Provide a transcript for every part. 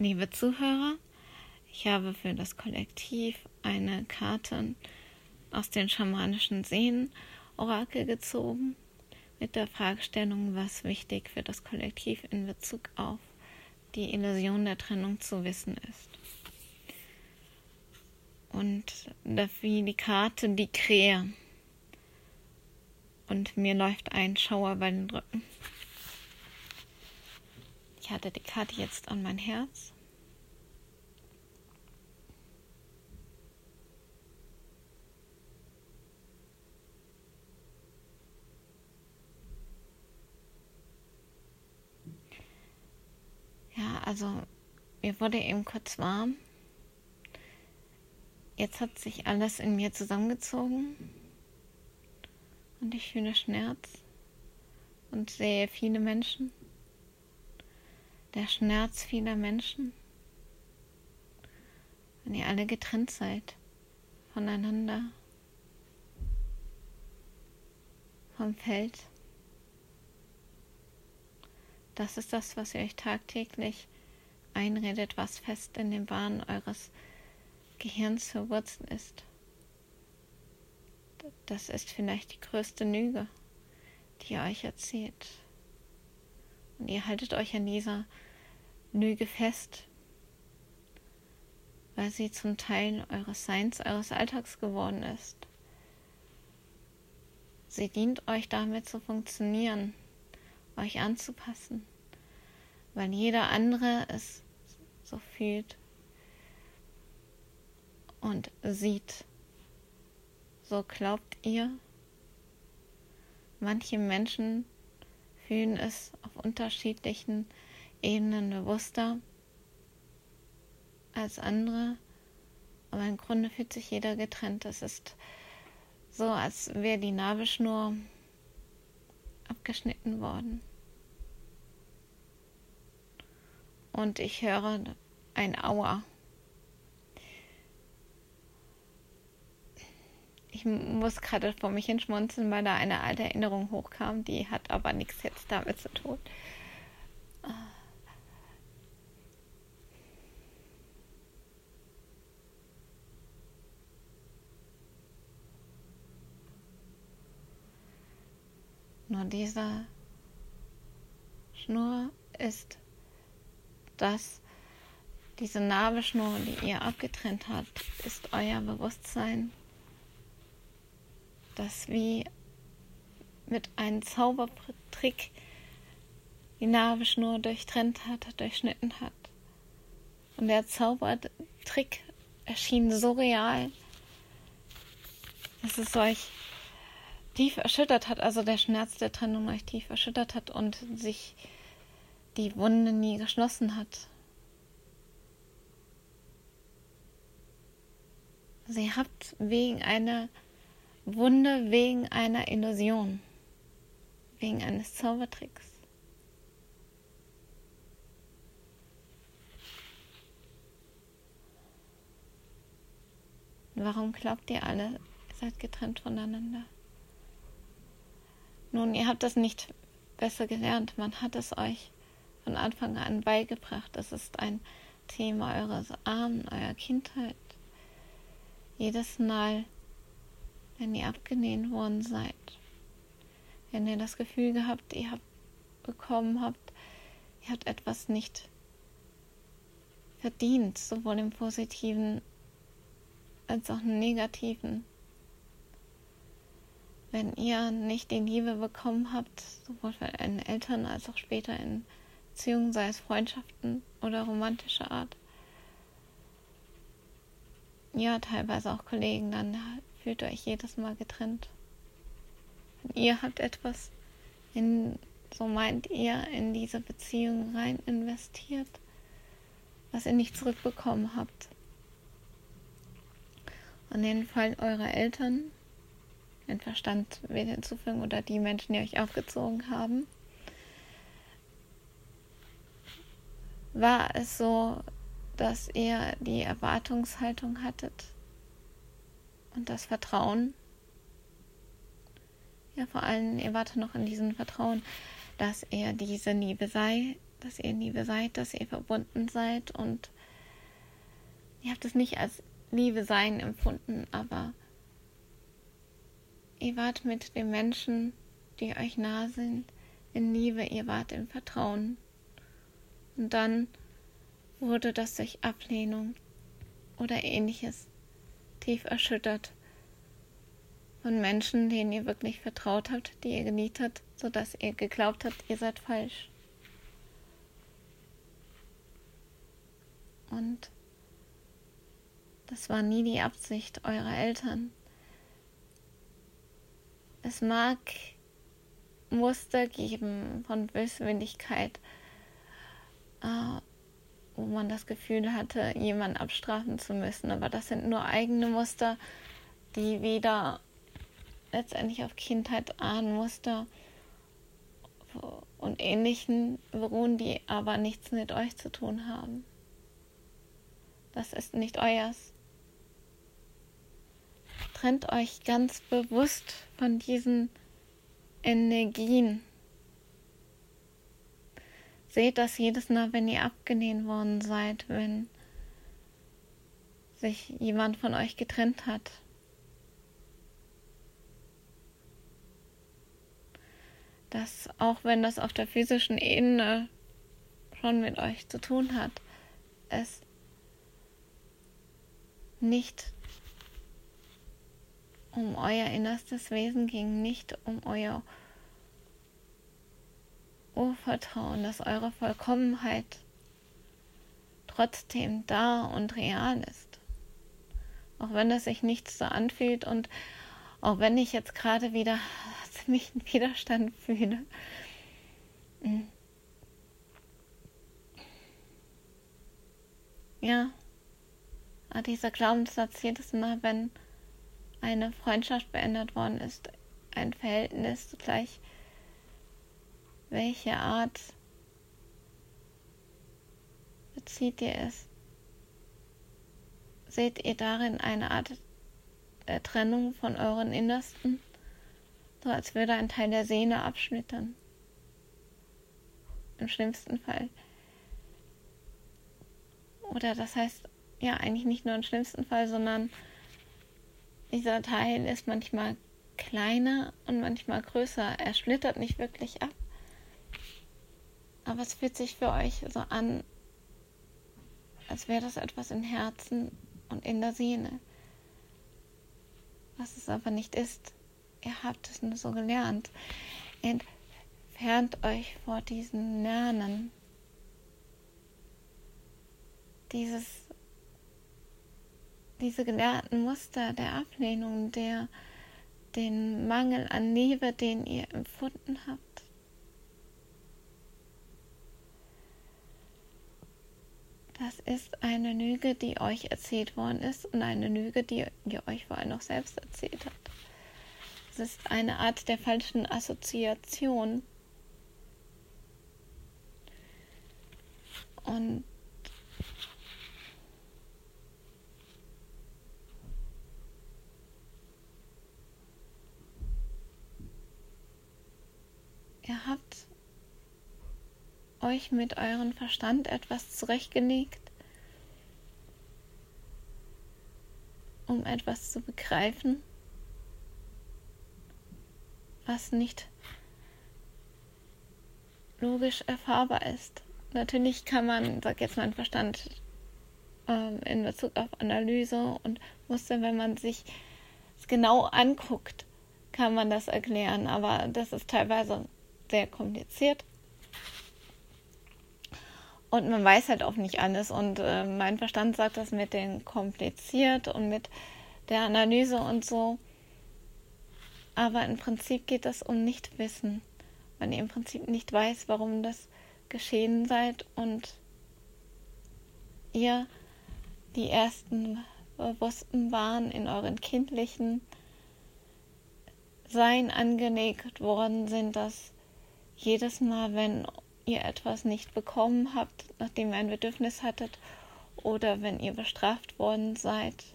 Liebe Zuhörer, ich habe für das Kollektiv eine Karte aus den schamanischen Seelen-Orakel gezogen mit der Fragestellung, was wichtig für das Kollektiv in Bezug auf die Illusion der Trennung zu wissen ist. Und dafür die Karte die Krähe. Und mir läuft ein Schauer bei den Rücken. Ich hatte die Karte jetzt an mein Herz. Ja, also mir wurde eben kurz warm. Jetzt hat sich alles in mir zusammengezogen und ich fühle Schmerz und sehe viele Menschen. Der Schmerz vieler Menschen, wenn ihr alle getrennt seid voneinander, vom Feld. Das ist das, was ihr euch tagtäglich einredet, was fest in den Bahnen eures Gehirns verwurzelt ist. Das ist vielleicht die größte Lüge, die ihr euch erzählt. Und ihr haltet euch an dieser Lüge fest, weil sie zum Teil eures Seins, eures Alltags geworden ist. Sie dient euch damit zu funktionieren, euch anzupassen, weil jeder andere es so fühlt und sieht. So glaubt ihr. Manche Menschen fühlen es auf unterschiedlichen Ebenen bewusster als andere, aber im Grunde fühlt sich jeder getrennt. Es ist so, als wäre die Nabelschnur abgeschnitten worden. Und ich höre ein Aua. Ich muss gerade vor mich hin schmunzeln, weil da eine alte Erinnerung hochkam, die hat aber nichts jetzt damit zu tun. Nur diese Schnur ist diese Nabelschnur, die ihr abgetrennt habt, ist euer Bewusstsein, das wie mit einem Zaubertrick die Nabelschnur durchtrennt hat, durchschnitten hat. Und der Zaubertrick erschien so real, dass es euch tief erschüttert hat, also der Schmerz der Trennung euch tief erschüttert hat und sich die Wunde nie geschlossen hat. Sie habt wegen einer Wunde, wegen einer Illusion, wegen eines Zaubertricks. Warum glaubt ihr alle, ihr seid getrennt voneinander? Nun, ihr habt das nicht besser gelernt. Man hat es euch von Anfang an beigebracht. Das ist ein Thema eures Ahnen, eurer Kindheit. Jedes Mal, wenn ihr abgelehnt worden seid, wenn ihr das Gefühl gehabt, ihr habt etwas nicht verdient, sowohl im Positiven als auch im Negativen. Wenn ihr nicht die Liebe bekommen habt, sowohl von euren Eltern als auch später in Beziehungen, sei es Freundschaften oder romantischer Art, ja, teilweise auch Kollegen, dann fühlt ihr euch jedes Mal getrennt. Und ihr habt etwas, so meint ihr, in diese Beziehung rein investiert, was ihr nicht zurückbekommen habt. Und in dem Fall eurer Eltern, den Verstand will hinzufügen, oder die Menschen, die euch aufgezogen haben, war es so, dass ihr die Erwartungshaltung hattet und das Vertrauen. Ja, vor allem, ihr wartet noch in diesem Vertrauen, dass er diese Liebe sei, dass ihr in Liebe seid, dass ihr verbunden seid, und ihr habt es nicht als Liebe sein empfunden, aber ihr wart mit den Menschen, die euch nahe sind, in Liebe, ihr wart im Vertrauen. Und dann wurde das durch Ablehnung oder Ähnliches tief erschüttert von Menschen, denen ihr wirklich vertraut habt, die ihr geliebt habt, sodass ihr geglaubt habt, ihr seid falsch. Und das war nie die Absicht eurer Eltern. Es mag Muster geben von Böswilligkeit, wo man das Gefühl hatte, jemanden abstrafen zu müssen. Aber das sind nur eigene Muster, die wieder letztendlich auf Kindheit, Ahnenmuster und Ähnlichen beruhen, die aber nichts mit euch zu tun haben. Das ist nicht euers. Trennt euch ganz bewusst von diesen Energien. Seht das jedes Mal, wenn ihr abgelehnt worden seid, wenn sich jemand von euch getrennt hat. Dass auch wenn das auf der physischen Ebene schon mit euch zu tun hat, es nicht um euer innerstes Wesen ging, nicht um euer Urvertrauen, dass eure Vollkommenheit trotzdem da und real ist. Auch wenn es sich nicht so anfühlt und auch wenn ich jetzt gerade wieder ziemlich einen Widerstand fühle. Ja, dieser Glaubenssatz jedes Mal, wenn eine Freundschaft beendet worden ist, ein Verhältnis, gleich welche Art bezieht ihr es? Seht ihr darin eine Art der Trennung von euren Innersten? So als würde ein Teil der Seele abschnittern. Im schlimmsten Fall. Oder das heißt, ja, eigentlich nicht nur im schlimmsten Fall, sondern dieser Teil ist manchmal kleiner und manchmal größer. Er schlittert nicht wirklich ab. Aber es fühlt sich für euch so an, als wäre das etwas im Herzen und in der Seele. Was es aber nicht ist. Ihr habt es nur so gelernt. Entfernt euch vor diesen Lernen. Diese gelernten Muster der Ablehnung, den Mangel an Liebe, den ihr empfunden habt. Das ist eine Lüge, die euch erzählt worden ist und eine Lüge, die ihr euch vor allem noch selbst erzählt habt. Es ist eine Art der falschen Assoziation. Und ihr habt euch mit eurem Verstand etwas zurechtgelegt, um etwas zu begreifen, was nicht logisch erfahrbar ist. Natürlich kann man, sag jetzt mal, Verstand in Bezug auf Analyse und Muster, wenn man sich es genau anguckt, kann man das erklären, aber das ist teilweise sehr kompliziert. Und man weiß halt auch nicht alles. Und mein Verstand sagt das mit den kompliziert und mit der Analyse und so. Aber im Prinzip geht es um Nichtwissen. Wenn ihr im Prinzip nicht weiß, warum das geschehen seid und ihr die ersten Bewussten waren in euren kindlichen Sein angelegt worden sind, dass jedes Mal, wenn ihr etwas nicht bekommen habt, nachdem ihr ein Bedürfnis hattet, oder wenn ihr bestraft worden seid,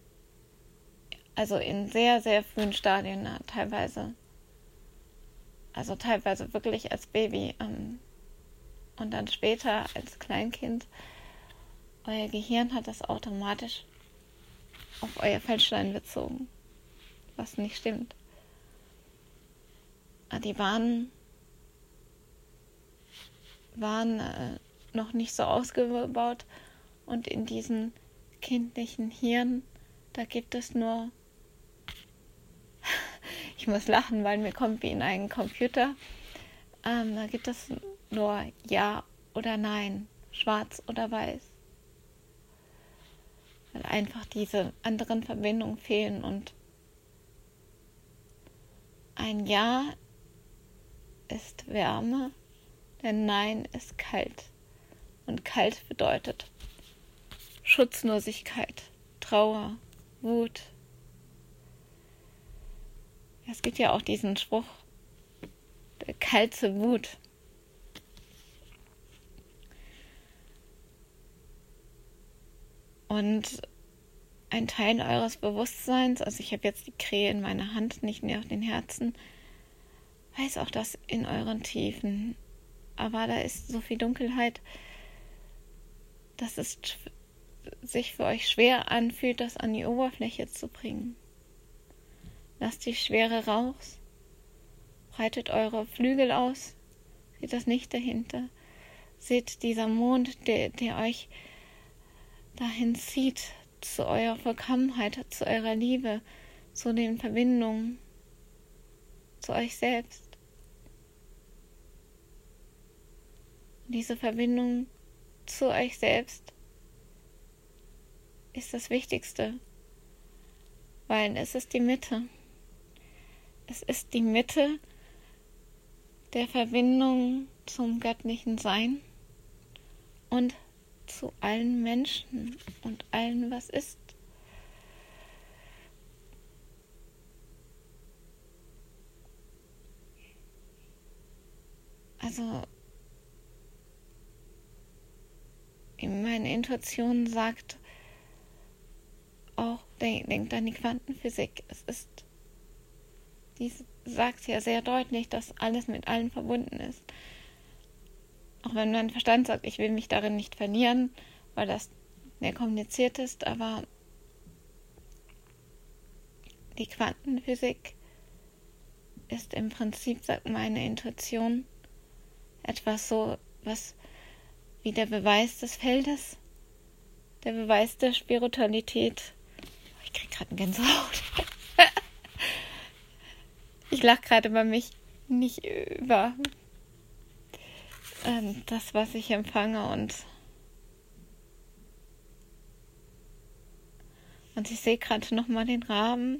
also in sehr, sehr frühen Stadien teilweise, Also teilweise wirklich als Baby und dann später als Kleinkind. Euer Gehirn hat das automatisch auf euer Feldstein bezogen, was nicht stimmt. Die waren noch nicht so ausgebaut und in diesen kindlichen Hirn, da gibt es nur, ich muss lachen, weil mir kommt wie in einen Computer, da gibt es nur Ja oder Nein, schwarz oder weiß, weil einfach diese anderen Verbindungen fehlen und ein Ja ist Wärme, denn Nein ist kalt. Und kalt bedeutet Schutzlosigkeit, Trauer, Wut. Es gibt ja auch diesen Spruch, der kalte Wut. Und ein Teil eures Bewusstseins, also ich habe jetzt die Krähe in meiner Hand, nicht mehr auf den Herzen, weiß auch das in euren Tiefen. Aber da ist so viel Dunkelheit, dass es sich für euch schwer anfühlt, das an die Oberfläche zu bringen. Lasst die Schwere raus, breitet eure Flügel aus, seht das Nicht dahinter, seht dieser Mond, der euch dahin zieht, zu eurer Vollkommenheit, zu eurer Liebe, zu den Verbindungen, zu euch selbst. Diese Verbindung zu euch selbst ist das Wichtigste, weil es ist die Mitte. Es ist die Mitte der Verbindung zum göttlichen Sein und zu allen Menschen und allem, was ist. Also meine Intuition sagt auch, denkt an die Quantenphysik. Die sagt ja sehr deutlich, dass alles mit allem verbunden ist. Auch wenn mein Verstand sagt, ich will mich darin nicht verlieren, weil das sehr kompliziert ist, aber die Quantenphysik ist im Prinzip, sagt meine Intuition, etwas so, was wie der Beweis des Feldes, der Beweis der Spiritualität. Ich krieg gerade einen Gänsehaut. Ich lache gerade über mich, nicht über das, was ich empfange und ich sehe gerade nochmal den Raben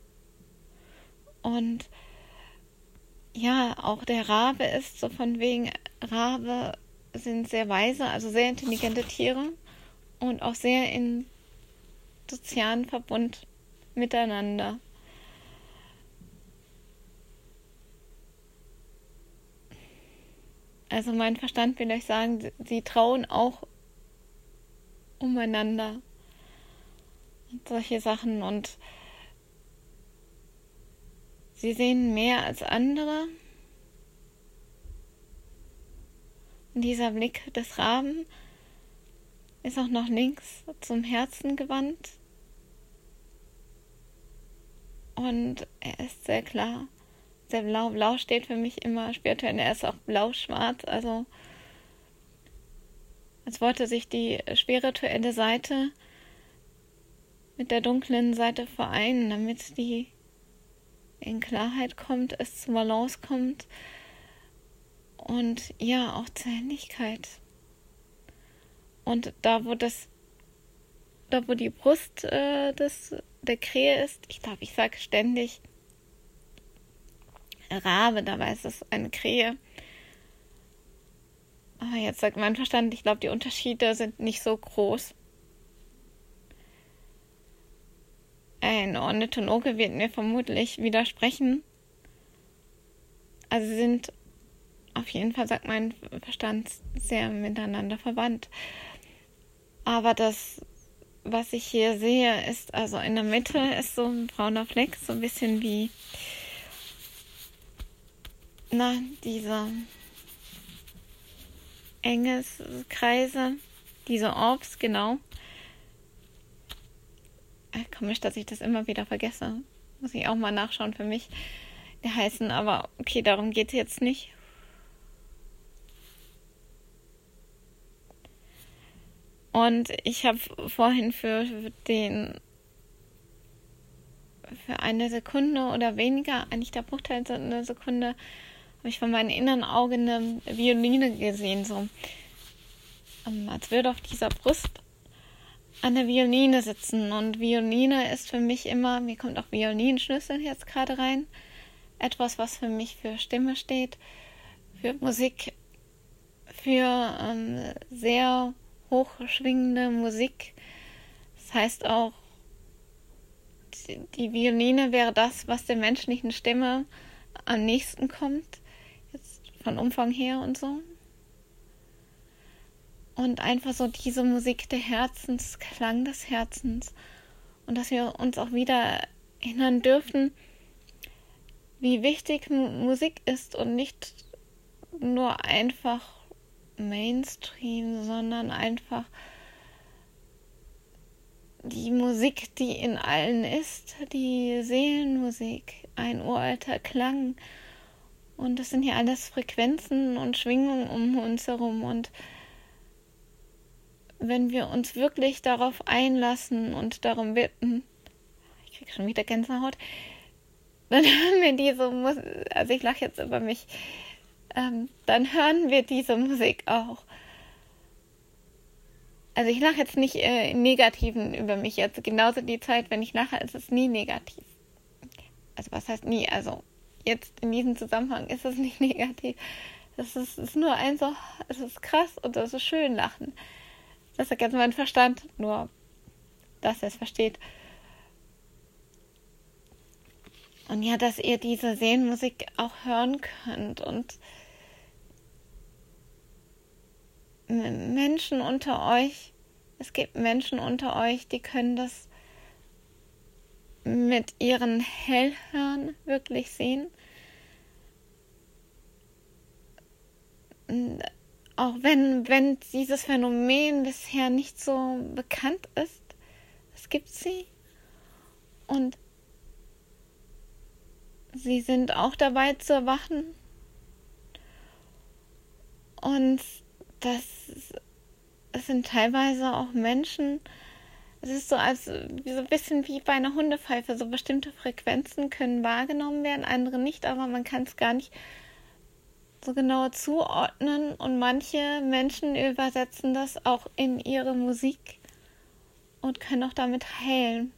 und ja, auch der Rabe ist so von wegen, Rabe sind sehr weise, also sehr intelligente Tiere und auch sehr in sozialen Verbund miteinander. Also mein Verstand will euch sagen, sie trauen auch umeinander und solche Sachen und sie sehen mehr als andere. Und dieser Blick des Raben ist auch noch links zum Herzen gewandt. Und er ist sehr klar, sehr blau. Blau steht für mich immer spirituell. Er ist auch blau-schwarz, also als wollte sich die spirituelle Seite mit der dunklen Seite vereinen, damit die in Klarheit kommt, es zur Balance kommt. Und ja, auch zur Ähnlichkeit. Und da wo die Brust der Krähe ist, ich glaube, ich sage ständig Rabe, dabei ist es eine Krähe. Aber jetzt sagt mein Verstand, ich glaube, die Unterschiede sind nicht so groß. Ein Ornithologe wird mir vermutlich widersprechen. Also sie sind auf jeden Fall, sagt mein Verstand, sehr miteinander verwandt. Aber das, was ich hier sehe, ist, also in der Mitte ist so ein brauner Fleck, so ein bisschen wie diese Engeskreise, diese Orbs, genau. Komisch, dass ich das immer wieder vergesse. Muss ich auch mal nachschauen für mich. Die heißen, aber okay, darum geht es jetzt nicht. Und ich habe vorhin für eine Sekunde oder weniger, eigentlich der Bruchteil einer Sekunde, habe ich von meinem inneren Auge eine Violine gesehen, so als würde auf dieser Brust eine Violine sitzen. Und Violine ist für mich immer, mir kommt auch Violinschlüssel jetzt gerade rein, etwas, was für mich für Stimme steht, für Musik, für sehr hochschwingende Musik. Das heißt auch, die Violine wäre das, was der menschlichen Stimme am nächsten kommt, jetzt von Umfang her und so. Und einfach so diese Musik der Herzens, Klang des Herzens. Und dass wir uns auch wieder erinnern dürfen, wie wichtig Musik ist und nicht nur einfach Mainstream, sondern einfach die Musik, die in allen ist, die Seelenmusik, ein uralter Klang. Und das sind ja alles Frequenzen und Schwingungen um uns herum. Und wenn wir uns wirklich darauf einlassen und darum bitten, ich kriege schon wieder Gänsehaut, dann hören wir diese Musik, also ich lache jetzt über mich, dann hören wir diese Musik auch. Also ich lache jetzt nicht im Negativen über mich jetzt. Genauso die Zeit, wenn ich lache, ist es nie negativ. Also was heißt nie? Also jetzt in diesem Zusammenhang ist es nicht negativ. Es ist nur es ist krass und es ist schön lachen. Das sagt jetzt mein Verstand, nur dass er es versteht. Und ja, dass ihr diese Seelenmusik auch hören könnt und Menschen unter euch, es gibt Menschen unter euch, die können das mit ihren Hellhörern wirklich sehen. Auch wenn dieses Phänomen bisher nicht so bekannt ist, es gibt sie. Und sie sind auch dabei zu erwachen. Und es sind teilweise auch Menschen, es ist so ein bisschen wie bei einer Hundepfeife, so bestimmte Frequenzen können wahrgenommen werden, andere nicht, aber man kann es gar nicht so genau zuordnen und manche Menschen übersetzen das auch in ihre Musik und können auch damit heilen.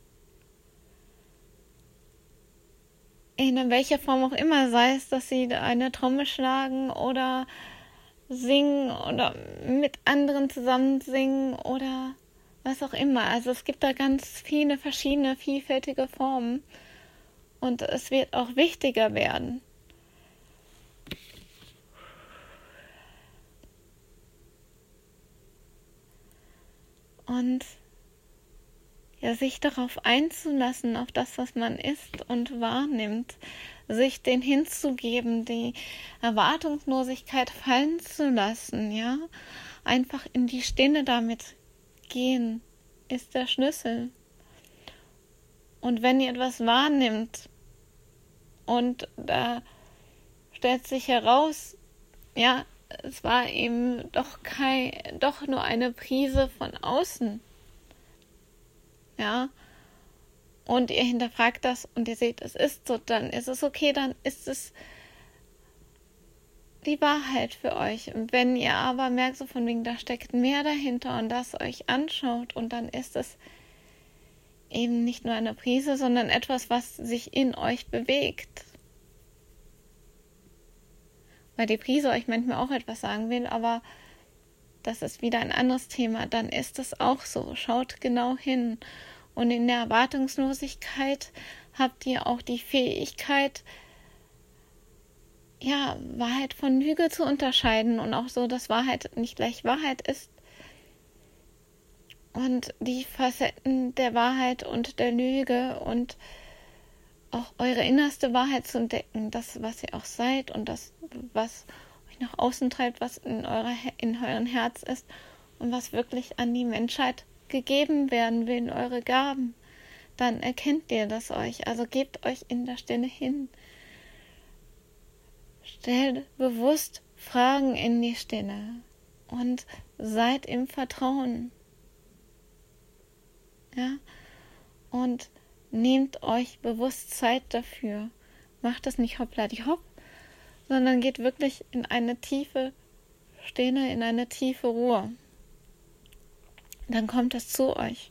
In welcher Form auch immer, sei es, dass sie eine Trommel schlagen oder singen oder mit anderen zusammen singen oder was auch immer. Also es gibt da ganz viele verschiedene, vielfältige Formen und es wird auch wichtiger werden. Und ja, sich darauf einzulassen, auf das, was man ist und wahrnimmt, sich den hinzugeben, die Erwartungslosigkeit fallen zu lassen, ja, einfach in die Stille damit gehen, ist der Schlüssel. Und wenn ihr etwas wahrnimmt und da stellt sich heraus, ja, es war eben doch nur eine Prise von außen, ja, und ihr hinterfragt das und ihr seht, es ist so, dann ist es okay, dann ist es die Wahrheit für euch. Und wenn ihr aber merkt, so von wegen, da steckt mehr dahinter und das euch anschaut und dann ist es eben nicht nur eine Prise, sondern etwas, was sich in euch bewegt. Weil die Prise euch manchmal auch etwas sagen will, aber das ist wieder ein anderes Thema, dann ist es auch so. Schaut genau hin. Und in der Erwartungslosigkeit habt ihr auch die Fähigkeit, ja, Wahrheit von Lüge zu unterscheiden und auch so, dass Wahrheit nicht gleich Wahrheit ist. Und die Facetten der Wahrheit und der Lüge und auch eure innerste Wahrheit zu entdecken, das, was ihr auch seid und das, was euch nach außen treibt, was in eurem Herz ist und was wirklich an die Menschheit gegeben werden will, in eure Gaben, dann erkennt ihr das euch. Also gebt euch in der Stille hin. Stellt bewusst Fragen in die Stille und seid im Vertrauen. Ja? Und nehmt euch bewusst Zeit dafür. Macht es nicht hoppla die hopp, sondern geht wirklich in eine tiefe Stille, in eine tiefe Ruhe. Dann kommt es zu euch.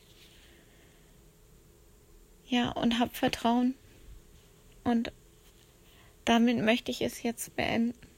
Ja, und habt Vertrauen. Und damit möchte ich es jetzt beenden.